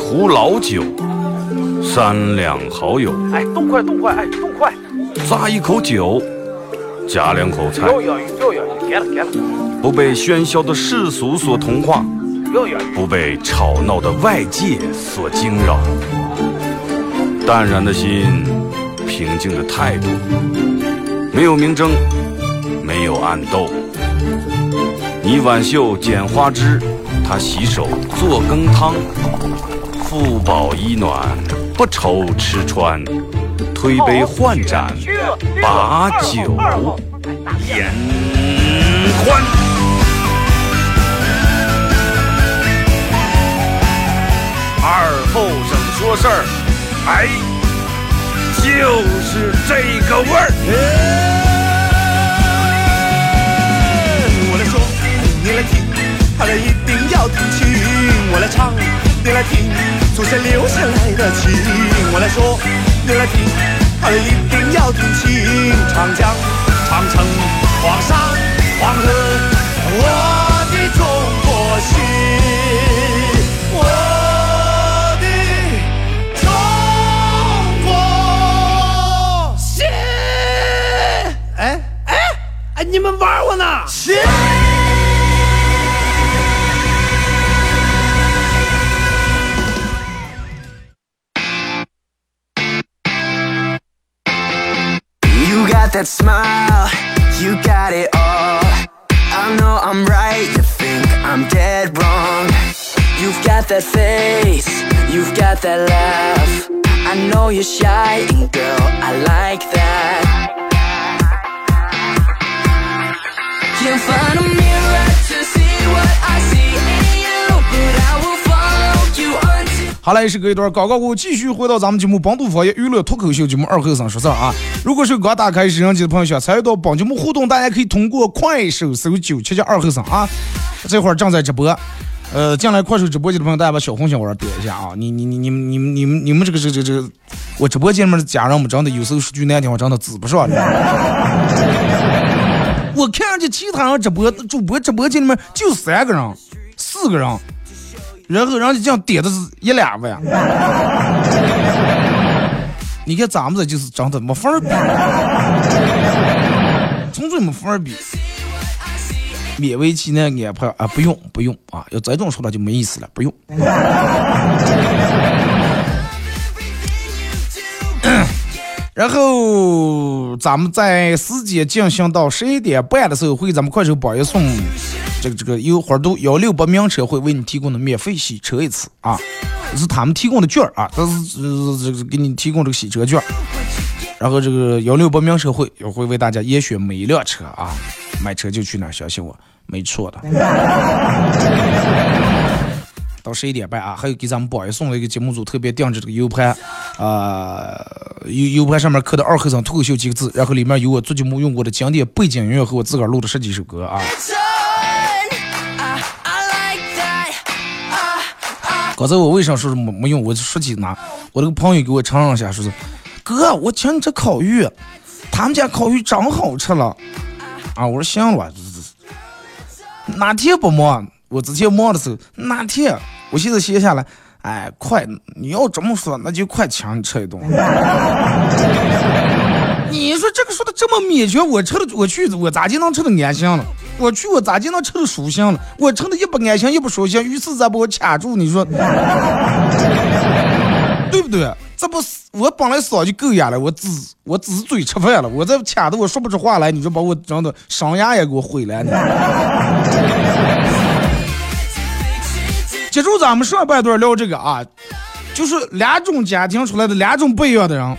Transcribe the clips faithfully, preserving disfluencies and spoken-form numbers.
壶老酒，三两好友。 哎，动快动快，哎，动快！ 咂一口酒，夹两口菜。 有有有有，给了给了。 不被喧嚣的世俗所同化， 有有。 不被吵闹的外界所惊扰。淡然的心，平静的态度，没有明争，没有暗斗。你挽袖剪花枝，他洗手做羹汤。腹饱衣暖，不愁吃穿，推杯换盏，把酒言欢。二后生说事儿，哎，就是这个味儿。 我来说，你来听，好了一定要听清。我来唱，你来听，祖先留下来的情。我来说，你来听，好了一定要听清。长江、长城、黄山、黄河，我的中国心，我的中国心。哎哎哎，你们玩我呢？心。 That smile, you got it all. I know I'm right, you think I'm dead wrong. You've got that face, you've got that laugh. I know you're shy, and girl, I like that. Can't find a mirror to see what I see in you, but I will follow you until. 好了，是隔一段广告过后，继续回到咱们节目《帮助方言娱乐脱口秀》节目二后生说事儿啊。如果是刚打开摄像机的朋友想参与到帮节目互动，大家可以通过快手搜九七七二后生啊，这会儿正在直播。呃，进来快手直播间的朋友，大家把小红小丸点一下啊！你你你你们你们你们你们这个这个这个，我直播间里面的家人们真的有时候数据难听，我真的指不上。我看上去其他人直播主播直播间里面就三个人、四个人。然后人家这样点的是一两万，你看咱们这就是真的没法比，纯粹没法比。勉为其难安排啊，不用不用啊，要这种说的就没意思了，不用。然后咱们在时间进行到十一点半的时候，会咱们快手榜一送这个这个有花都幺六八名车会为你提供的免费洗车一次啊，是他们提供的券啊，这是这个给你提供这个洗车券。然后这个幺六八名车会也会为大家严选每一辆车啊，买车就去哪儿，相信我，没错的。到十一点半啊，还有给咱们榜一送了一个节目组特别定制这个 U 盘啊、呃、，U 盘上面刻的二后生脱口秀几个字，然后里面有我做节目用过的经典背景音乐和我自个儿录的十几首歌啊。刚才我为啥说是没没用？我说起拿我那个朋友给我承认一下，说是哥，我请你吃烤鱼，他们家烤鱼真好吃了啊！我说行了，哪天不忙？我之前忙的时候，哪天？我现在歇下来，哎，快！你要这么说，那就快请你吃一顿。你说这个说的这么勉强，我吃的我去，我咋就能吃的安心了？我去，我咋就能吃的舒心了？我吃的一不安心，一不舒心，于是再把我卡住，你说对不对？这不我本来嗓就够哑了，我只我只是嘴吃饭了，我这卡的我说不出话来，你就把我整的伤牙也给我毁了。接住咱们上半段聊这个啊，就是两种家庭出来的两种不一样的人。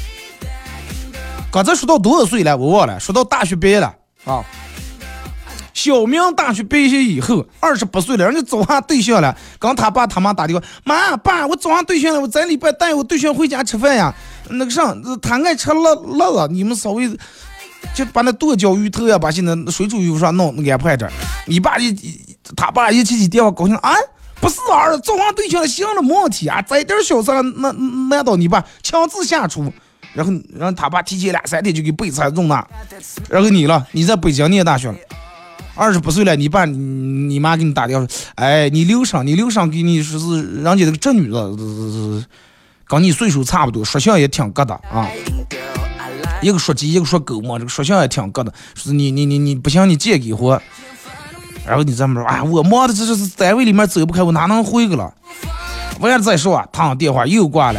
刚才说到多少岁了我忘了，说到大学毕业了啊。小明大学毕业以后二十八岁了，人家找上对象了，刚他爸他妈打电话，妈爸我找上对象了，我这礼拜带我对象回家吃饭呀，那个啥他爱吃辣辣了，你们稍微就把那剁椒鱼头呀，把现在水煮鱼上弄安排点。你爸一他爸一起起电话高兴啊，不是儿子找上对象了，行了没问题啊，这点小事那难道你爸强制下厨？然后然后他爸提前两三天就给备菜弄那，然后你了，你在北京念大学了。 二十八岁了，你爸你你妈给你打电话说，哎，你刘上你刘上给你说是人家这个侄女子，跟你岁数差不多，说相也挺疙瘩啊。一个说鸡，一个说狗嘛，这个说相也挺疙瘩，说你你你你不行，你借给我。然后你这么说，啊，我忙的这是单位里面走不开，我哪能回去了？我也再说，他电话又挂了。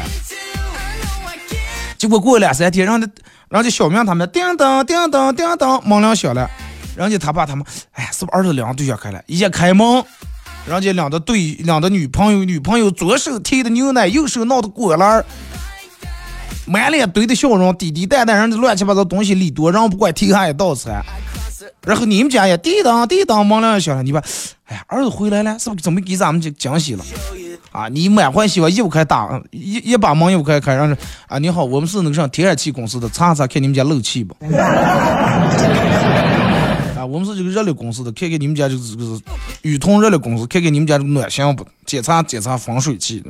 结果过两三天，让家让家小明他们叮当叮当叮当门铃响了，人家他爸他们，哎呀，是不是儿子两对象开了？一开门，人家两的对两的女朋友，女朋友左手提的牛奶，右手闹的果篮，满脸堆的笑容，滴滴答答，人家乱七八糟东西里多，让不怪提下一道菜。然后你们家也滴当滴当门铃响了，你把，哎呀，儿子回来了，是不是准备给咱们这惊喜了？啊！你满欢喜吧，一不开打，一一把门一不开开，让啊，你好，我们是那个上天然气公司的，查查看你们家漏气不？啊，我们是这个热力公司的，看看你们家这个这个宇通热力公司，看看你们家这个暖箱不？检查检查防水器。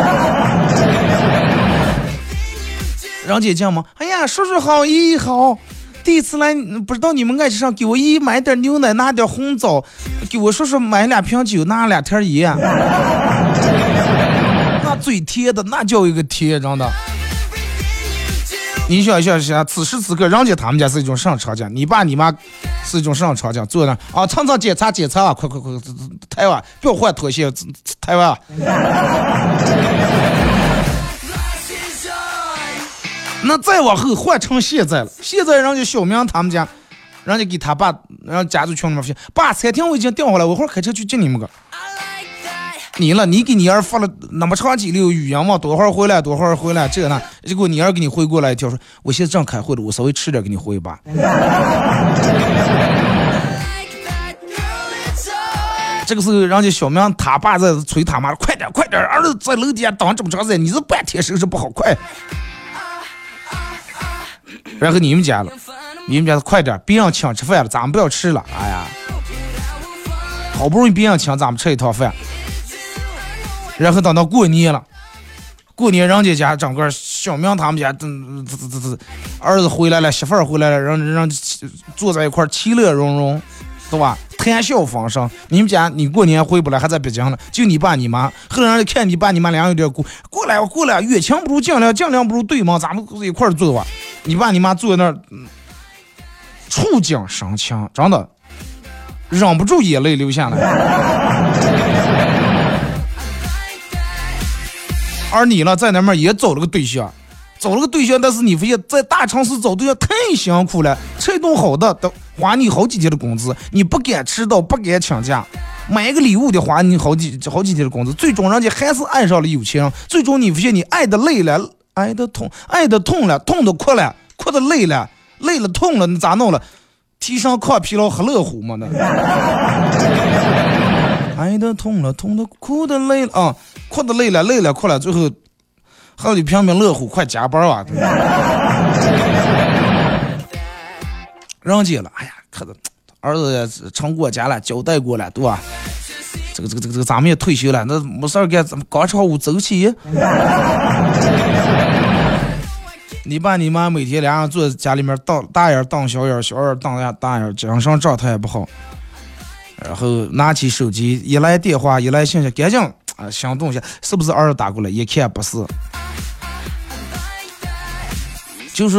让姐讲吗？哎呀，叔叔好，姨姨好。第一次来，不知道你们爱吃上，给我姨买点牛奶，拿点红枣，给我叔叔买两瓶酒，拿两天盐。那最贴的，那叫一个贴，真的。你想一想想，此时此刻，人家他们家是一种上场景，你爸你妈是一种上场景，坐那啊，蹭蹭检查检查啊，快快快，抬完，不要换拖鞋，抬完。那再往后换成现在了，现在人家小明他们家，人家给他爸，然后家族群里面说，爸，餐厅我已经调回来，我一会儿开车去接你们个。你了，你给你儿发了那么长几溜语言嘛，多会儿回来，多会儿回来，这那，结果你儿给你回过来一条说，我现在正开会了，我稍微迟点给你回吧。这个时候，人家小明他爸在催他妈，快点快点，儿子在楼底下等这么长时间，你这半天收拾不好，快。然后你们家了，你们家快点，别让请吃饭了，咱们不要吃了。哎呀，好不容易别让请咱们吃一套饭。然后等到过年了，过年人家家整个小明他们家，嗯，这这这儿子回来了，媳妇儿回来了，让让坐在一块其乐融融，对吧？谈笑风生。你们家你过年回不来，还在北京呢，就你爸你妈，后来看你爸你妈俩有点过过来过来，远亲不如近邻，近邻不如对吗？咱们一块儿坐吧。你爸你妈坐在那儿，触景生情，真的忍不住眼泪流下来。而你了，在那边也走了个对象，走了个对象，但是你发现，在大城市找对象太辛苦了，吃一顿好的都花你好几天的工资，你不敢迟到，不敢请假，买一个礼物得花你好几好几天的工资，最终人家还是爱上了有钱人，最终你发现你爱的累了。爱的痛，爱的痛了，痛的哭了，哭的累了，累了痛了，你咋弄了？提上抗疲劳喝乐虎嘛那。爱的痛了，痛的哭的累了啊，哭的累了，累了哭了，最后喝一瓶瓶乐虎，快加班啊！让解了，哎呀，可的儿子成过家了，交代过了，对吧？这个这个这个这个咱们也退休了，那没事儿干，咱们广场舞走起。你爸你妈每天俩人坐在家里面，当大眼当小眼，小眼当大大眼，精神状态也不好。然后拿起手机，一来电话，一来信息，赶紧啊想动一下，是不是儿子打过来？一看不是，就是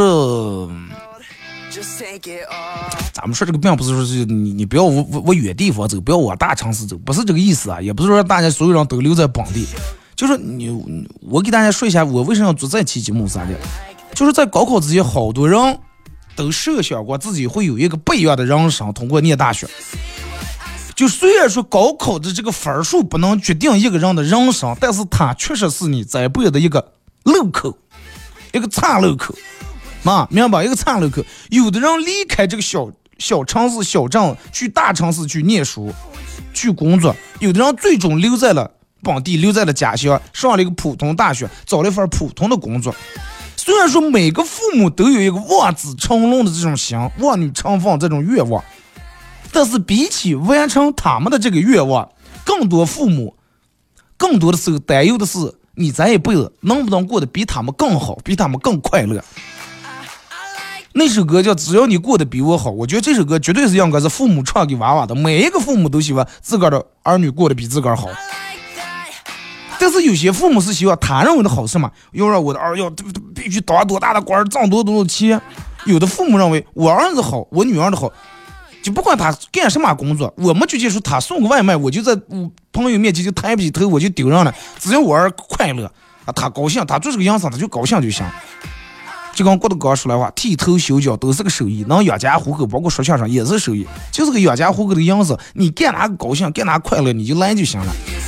咱们说这个并不是说是你你不要往往远地方走，不要往大城市走，不是这个意思啊，也不是说大家所有人都留在本地。就是你，我给大家说一下，我为什么要做这期节目啥的，就是在高考之前，好多人都设想过自己会有一个不一样的人生，通过念大学。就虽然说高考的这个分数不能决定一个人的人生，但是它确实是你这辈子的一个路口，一个岔路口，嘛，明白？一个岔路口。有的人离开这个小小城市、小镇，去大城市去念书、去工作；有的人最终留在了本地，留在了家乡，上了一个普通大学，找了一份普通的工作。虽然说每个父母都有一个望子成龙的这种心，望女成凤这种愿望，但是比起完成他们的这个愿望，更多父母更多的时候担忧的是你这一辈子能不能过得比他们更好，比他们更快乐。 那首歌叫《只要你过得比我好》，我觉得这首歌绝对是应该是父母唱给娃娃的，每一个父母都希望自个儿的儿女过得比自个儿好。但是有些父母是希望他认为的好事嘛，要让我的儿要必须当多大的官，挣多多的钱。有的父母认为我儿子好，我女儿的好，就不管他干什么工作，我们就接触他送个外卖，我就在朋友面前就抬不起头，我就丢上了。只要我儿快乐啊，他高兴，他做这个样子，他就高兴就行。就跟郭德纲说来话，剃头修脚都是个手艺，能养家糊口，包括说相声也是手艺，就是个养家糊口的样子。你干哪个高兴，干哪个快乐，你就来就行了。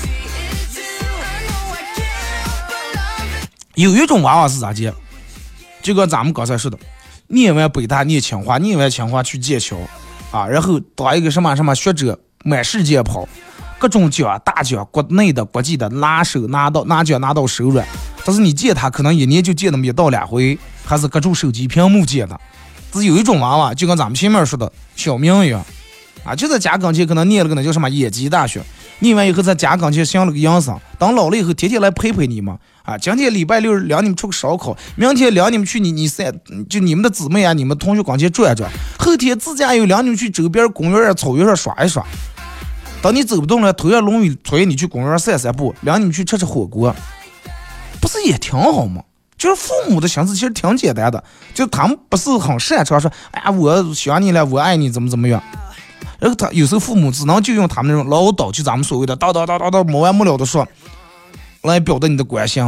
有一种娃娃是咋接？就跟咱们刚才说的，念完北大念清华，念完清华去剑桥啊，然后当一个什么什么学者，满世界跑，各种奖大奖，国内的国际的拿手拿到拿奖拿到手软。但是你见他可能一年就见那么一到两回，还是隔住手机屏幕见的。这是有一种娃娃，就跟咱们前面说的小明一样啊，就在家岗前可能念了个那叫什么野鸡大学，念完以后在家岗前想了个养生，等老了以后天天来陪陪你嘛。啊，今天礼拜六领你们出个烧烤，明天领你们去你你三就你们的姊妹啊，你们同学岗前转转，后天自驾游领你们去周边公园草原上耍一耍。等你走不动了，头要龙雨推你去公园散散步，领你们去吃吃火锅，不是也挺好吗？就是父母的想法其实挺简单的，就他们不是很擅长说，哎呀，我喜欢你了，我爱你，怎么怎么样。然后他有时候父母只能就用他们那种唠叨，就咱们所谓的叨叨叨叨叨没完没了的说，来表达你的关心。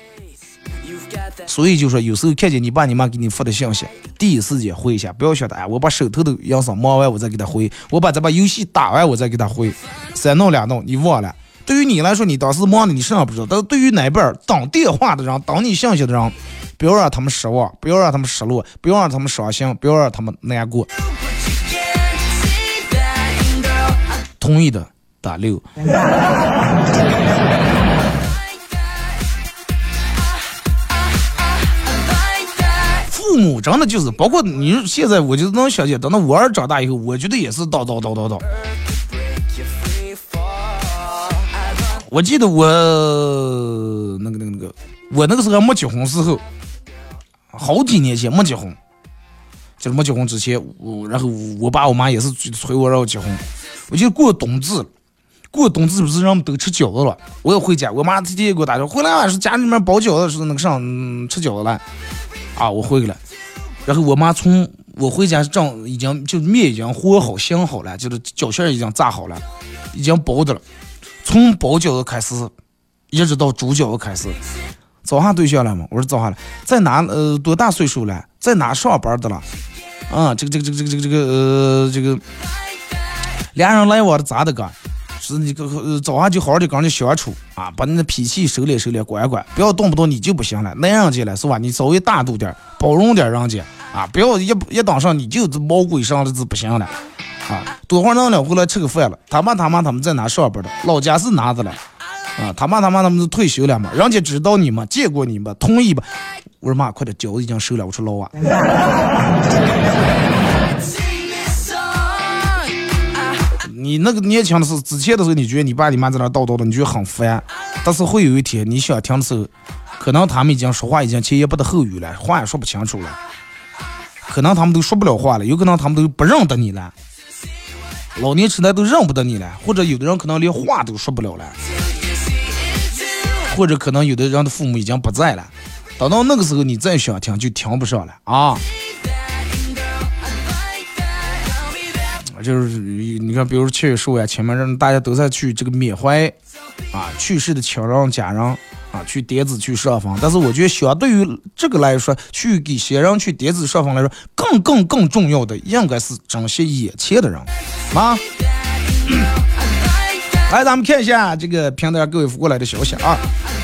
所以就说有时候看见你爸你妈给你发的信息，第一时间回一下，不要想的哎，我把手头的养生忙完我再给他回，我把这把游戏打完我再给他回，三弄两弄你忘了。对于你来说，你当时忙的你身上不知道，但是对于哪边等电话的人，等你信息的人，不要让他们失望，不要让他们失落，不要让他们伤心，不要让他们难过。同意的打六。父母真的就是，包括你现在，我就能想见，等到我儿长大以后，我觉得也是叨叨叨叨叨。我记得我那个那个那个，我那个时候还没结婚时候，好几年前没结婚，就是没结婚之前，我然后我爸我妈也是催我让我结婚。我记得过冬至，过冬至不是让我们都吃饺子了，我要回家，我妈天天给我打电话，回来啊，是家里面包饺子，是那个上、嗯、吃饺子了，啊，我回来了，然后我妈从我回家正已经就面已经和好醒好了，就是饺馅已经炸好了，已经包的了。从包饺子开始，一直到煮饺子开始。早上对象了吗？我说早上了。在哪？呃，多大岁数了？在哪上班的了？啊，这个这个这个这个这个这个呃这个，俩人来往的咋的个？是你个、呃、早上就好好的跟人家相处啊，把你的脾气收敛收敛，管管，不要动不动你就不行了。男人家了是吧？你稍微大度点，包容点人家啊，不要一一当上你就毛鬼上的字不行了。啊，多会儿弄了回来吃个饭了。他妈他妈他们在哪上班的？老家是哪的了？啊，他妈他妈他们都退休了嘛？人家知道你吗？见过你吗？同意吧？我说妈，快点，饺子已经收了。我说老啊，你那个年轻的时候，之前的时候，你觉得你爸你妈在那叨叨的，你觉得很烦。但是会有一天你想听的时候，可能他们已经说话已经前言不搭后语了，话也说不清楚了。可能他们都说不了话了，有可能他们都不认得你了，老年痴呆都认不得你了，或者有的人可能连话都说不了了，或者可能有的人的父母已经不在了，等到那个时候你再想听就听不上了啊！就是你看，比如七月十五呀，前面让大家都在去这个缅怀啊去世的亲人家人啊，去点子去上访，但是我觉得相对于这个来说，去给先人去点子上访来说，更更更重要的应该是珍惜眼前的人啊。来，咱们看一下这个平台各位发过来的消息啊。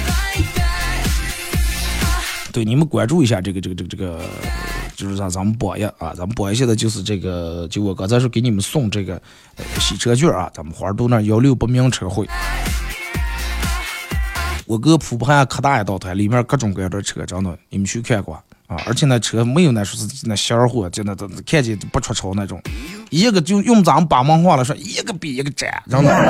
对，你们关注一下这个这个这个这个，就是让咱们播呀啊，咱们播一下的就是这个，就我刚才说给你们送这个、呃、洗车券啊，咱们花都那幺六八名车会。我哥铺盘可大一道台，里面各种各样的车，真的，你们去看过啊！而且那车没有那说是那小货，真的都看见不出丑那种，一个就用咱们巴蒙话来说，一个比一个窄，真的。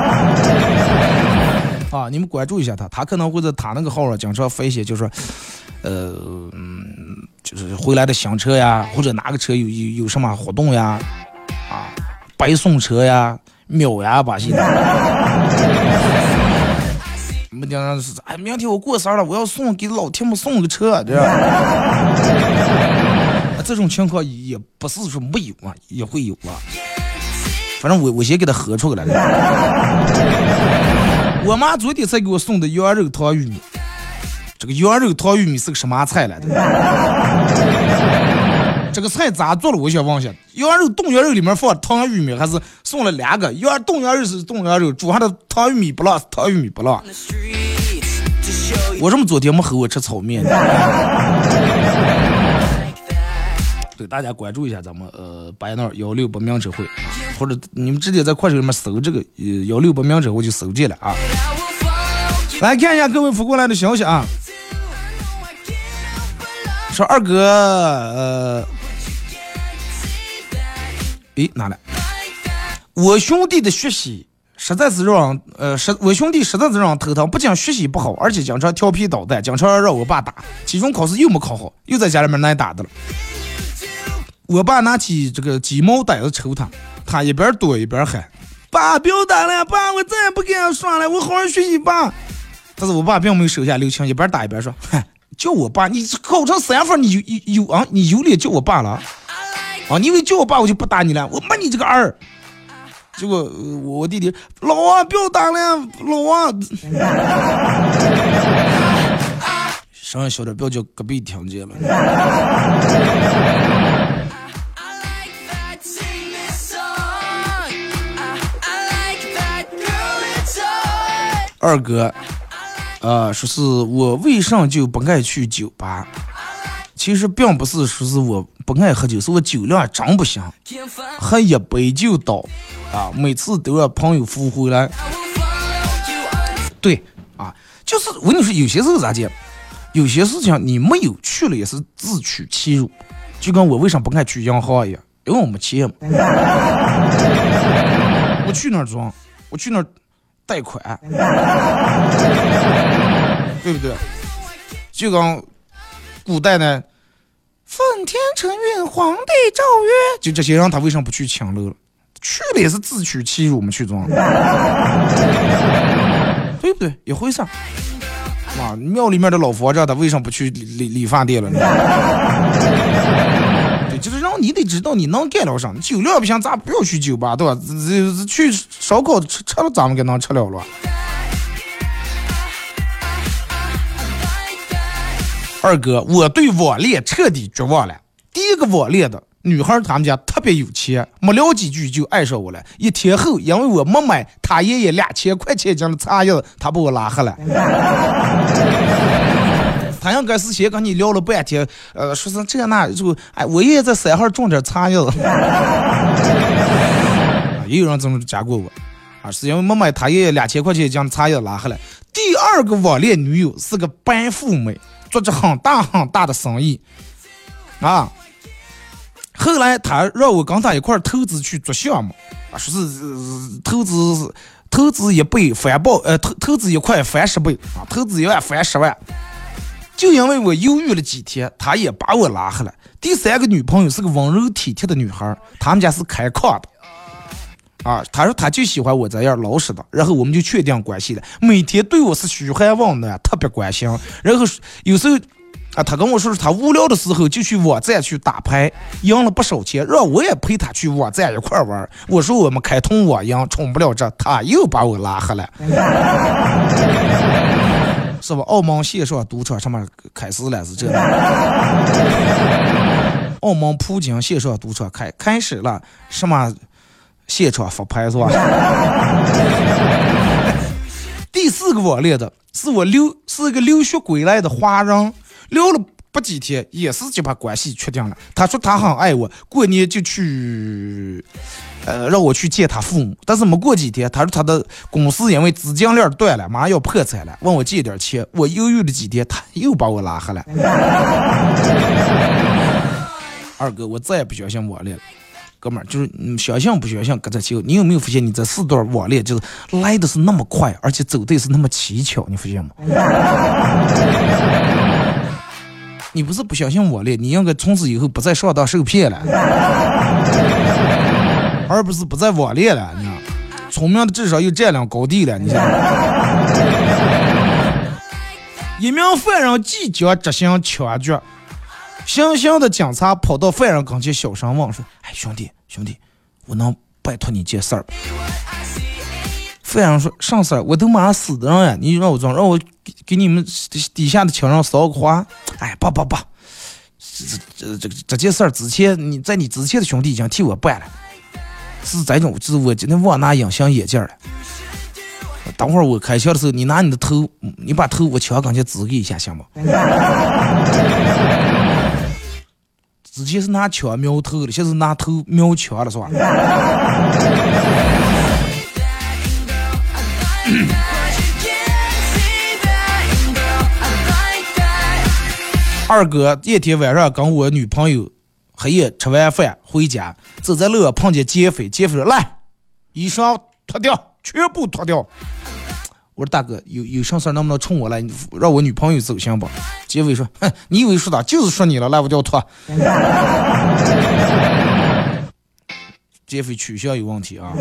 啊，你们关注一下他，他可能会在他那个号上经常发一些，就是说，呃， 就是回来的新车呀，或者哪个车有有有什么活动呀，啊，白送车呀、秒呀把戏的。没讲是，哎，明天我过生日了，我要送给老天母送个车，这样。这种情况也不是说没有啊，也会有啊。反正我我先给他喝出来了。我妈昨天才给我送的羊肉汤玉米，这个羊肉汤玉米是个什么菜来的？这个菜咋做了？我想问一下，羊肉冻羊肉里面放汤玉米，还是送了两个？羊冻羊肉是冻羊肉，煮上的汤玉米不辣，汤玉米不辣。我这么昨天没和我吃炒面。对，大家关注一下咱们呃白闹幺六八名车会，或者你们直接在快手里面搜这个呃幺六八名车会就搜见了啊。来看一下各位发过来的消息啊，说二哥呃，诶哪来？我兄弟的学习实在是让呃实我兄弟实在是让头疼，不仅学习不好，而且经常调皮捣蛋，经常让我爸打，期中考试又没考好，又在家里面挨打的了。我爸拿起这个鸡毛掸子抽他，他一边躲一边喊：“爸，不要打了，爸，我再也不跟他耍了，我好好学习吧。”但是我爸并没有手下留情，一边打一边说：“嗨，叫我爸，你考成三分，你有有啊，你有脸叫我爸了啊？你以为叫我爸我就不打你了？我骂你这个儿！”结果、呃、我弟弟老啊，不要打了，老啊！声音小点，不要叫隔壁听见了。二哥，呃，说是我为啥就不爱去酒吧？其实并不是说是我不爱喝酒，是我酒量真不行，喝一杯就倒啊！每次都让朋友扶回来。对啊，就是我跟你说，有些时候咋讲，有些事情你没有去了也是自取其辱，就跟我为啥不爱去银行一样，因为我没钱嘛。我去那儿装，我去那儿贷款，对不对？就跟古代呢，奉天承运，皇帝诏曰，就这些人他为什么不去抢楼了？去了也是自取其辱，我们去装，对不对？一回事儿。啊，庙里面的老佛爷他为什么不去理理理发店了呢？对，就是让你得知道你能干了啥。酒量不行，咱不要去酒吧，对吧？去烧烤吃吃了，咱们给能吃了了。二哥，我对网恋彻底绝望了。第一个网恋的女孩，他们家特别有钱，没聊几句就爱上我了。一天后，因为我没买他爷爷两千块钱斤的茶叶，他把我拉黑了。他应该是先跟你聊了半天，呃，说是这那就，哎，我爷爷在三号种点茶叶。也有人这么加过我，啊，是因为没买他爷爷两千块钱斤的茶叶拉黑了。第二个网恋女友是个白富美，做着很大很大的生意，啊。后来他让我跟他一块投资去做项目，啊，说是、呃、投资投资一倍翻爆，呃，投投资一块翻十倍，啊，投资一万翻十万。就因为我犹豫了几天，他也把我拉黑了。第三个女朋友是个温柔体贴的女孩，他们家是开矿的，啊，他说他就喜欢我这样老实的，然后我们就确定关系了。每天对我是嘘寒问暖，特别关心，然后有时候。啊，他跟我说，他无聊的时候就去网站去打牌，赢了不少钱，让我也陪他去网站一块玩。我说我们开通网赢，充不了这，他又把我拉黑了，是吧？澳门线上赌场什么开始了，是这样。澳门普京线上赌场开开始了，什么现场发牌是吧？第四个网恋的是我留是个留学归来的华人。聊了不几天，也是就把关系确定了。他说他很爱我，过年就去，呃，让我去见他父母。但是没过几天，他说他的公司因为资金链断了，马上要破产了，问我借点钱。我犹豫了几天，他又把我拉黑了。二哥，我再也不相信网恋了。哥们儿，就是你相信不相信搁这起，你有没有发现你这四段网恋就是来的是那么快，而且走的也是那么蹊跷，你发现吗？ 你不是不相信我了，你应该从此以后不再上当受骗了，而不是不再网恋了。你看，聪明的至少有这样高地了。你想，一名犯人即将执行枪决，行刑的警察跑到犯人跟前，小声问说：“哎，兄弟，兄弟，我能拜托你件事儿吧？”犯人说：“上事儿？我都马上死的人呀！你让我装，让我给给你们底下的亲人捎个话。哎，不不不，这这这这件事儿之前你在你之前的兄弟已经替我办了，是这种，就是我今天忘拿隐形眼镜了。等会儿我开枪的时候，你拿你的头，你把头我枪刚才指给一下，行吗？之前是拿枪瞄头的，现在是拿头瞄枪了，是吧？”二哥夜天晚上跟我女朋友黑夜吃完饭回家，走在路上碰见劫匪，劫匪说：“来，衣裳脱掉，全部脱掉。”我说：“大哥，有有啥事能不能冲我来，让我女朋友走行不？”劫匪说：“哼，你以为说的就是说你了，来我就要脱。”劫匪取消有问题啊。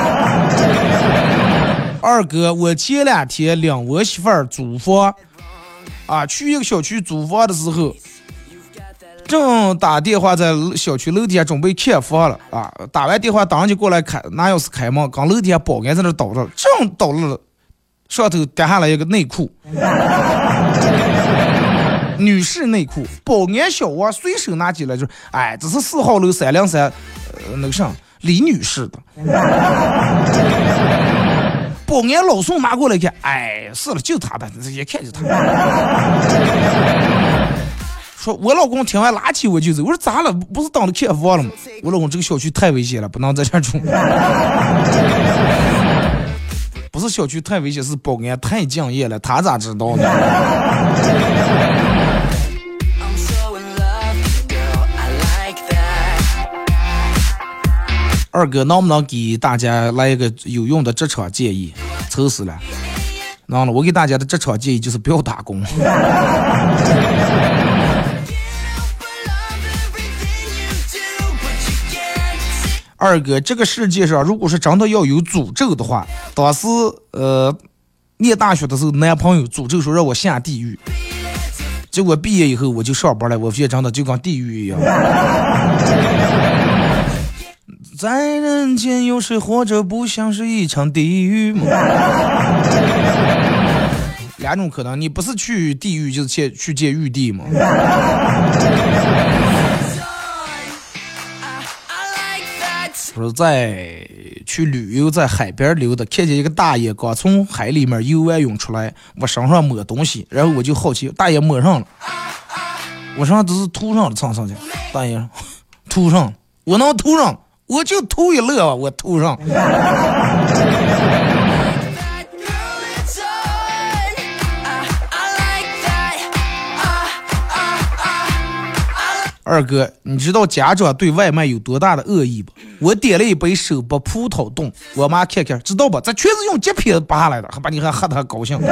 二哥，我前两天领我媳妇儿租房啊，去一个小区租房的时候，正打电话在小区楼底下准备看房了啊，打完电话当然就过来开拿钥匙开门，刚楼底下保安在那倒着，正倒了，上头掉下来一个内裤，女士内裤，保安小王随手拿起来就，哎，这是四号楼三零三，呃，那个啥李女士的。保安老宋拿过来看，哎，是了，就他的，一看就他。说我老公听完拉起我就走，我说咋了？不是当着看房了吗？我老公这个小区太危险了，不能在这住。不是小区太危险，是保安太敬业了，他咋知道呢？二哥，能不能给大家来一个有用的职场建议？愁死了。那了，我给大家的职场建议就是不要打工。二哥，这个世界上如果是真的要有诅咒的话，当时呃念大学的时候，男朋友诅咒说让我下地狱，结果毕业以后我就上班了，我发现真的就跟地狱一样。在人间有时活着不像是一场地狱吗？两种可能，你不是去地狱就是去去见玉帝吗？说在去旅游，在海边溜达，看见一个大爷刚从海里面游完泳出来，我身上抹东西，然后我就好奇，大爷抹上了，我身上都是涂上了，蹭上去，大爷涂上，我能涂上。我就图一乐啊！我图上。二哥，你知道家长对外卖有多大的恶意不？我点了一杯手剥葡萄冻，我妈看看，知道不？这全是用洁癖扒下来的，还把你还喝得还高兴。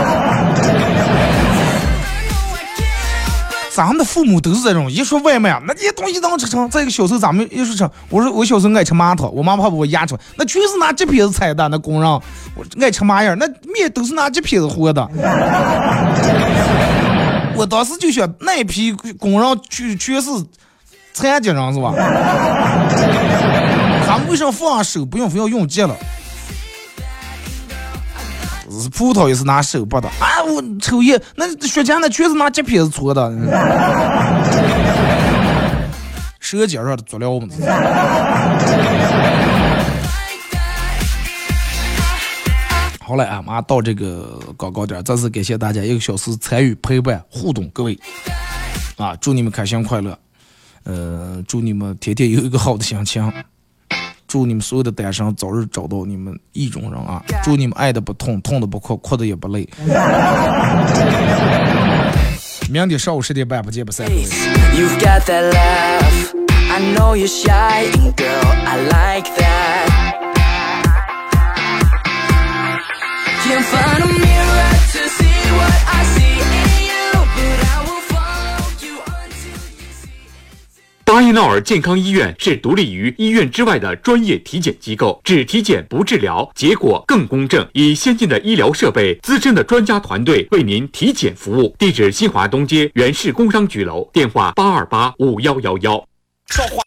咱们的父母都是这种，一说外卖啊，那些东西能吃成。再一个小时候咱们一说成，我说我小时候爱吃麻糖，我妈怕把我压出来，那全是拿这撇子菜的，那工人我爱吃麻样，那面都是拿这撇子和的。我当时就想，那批工人去全是残疾人是吧？他们为什么放手不用非要用劲了？葡萄也是拿手剥的啊！我抽烟，那雪茄那全是拿洁癖子搓的，舌尖上的佐料嘛。好了啊，马上到这个广告点，再次感谢大家一个小时参与陪伴互动，各位啊，祝你们开心快乐，呃，祝你们天天有一个好的心情。祝你们所有的单身早日找到你们意中人啊！祝你们爱的不痛，痛的不哭，哭的也不累。明天上午十点半不见不散。You've got that laugh, I know you're shy, girl, I like that. Can't find a mirror to see what I see in you, but I will follow you 巴彦淖尔健康医院是独立于医院之外的专业体检机构，只体检不治疗，结果更公正，以先进的医疗设备、资深的专家团队为您体检服务。地址：新华东街原市工商局楼，电话八二八五幺幺幺。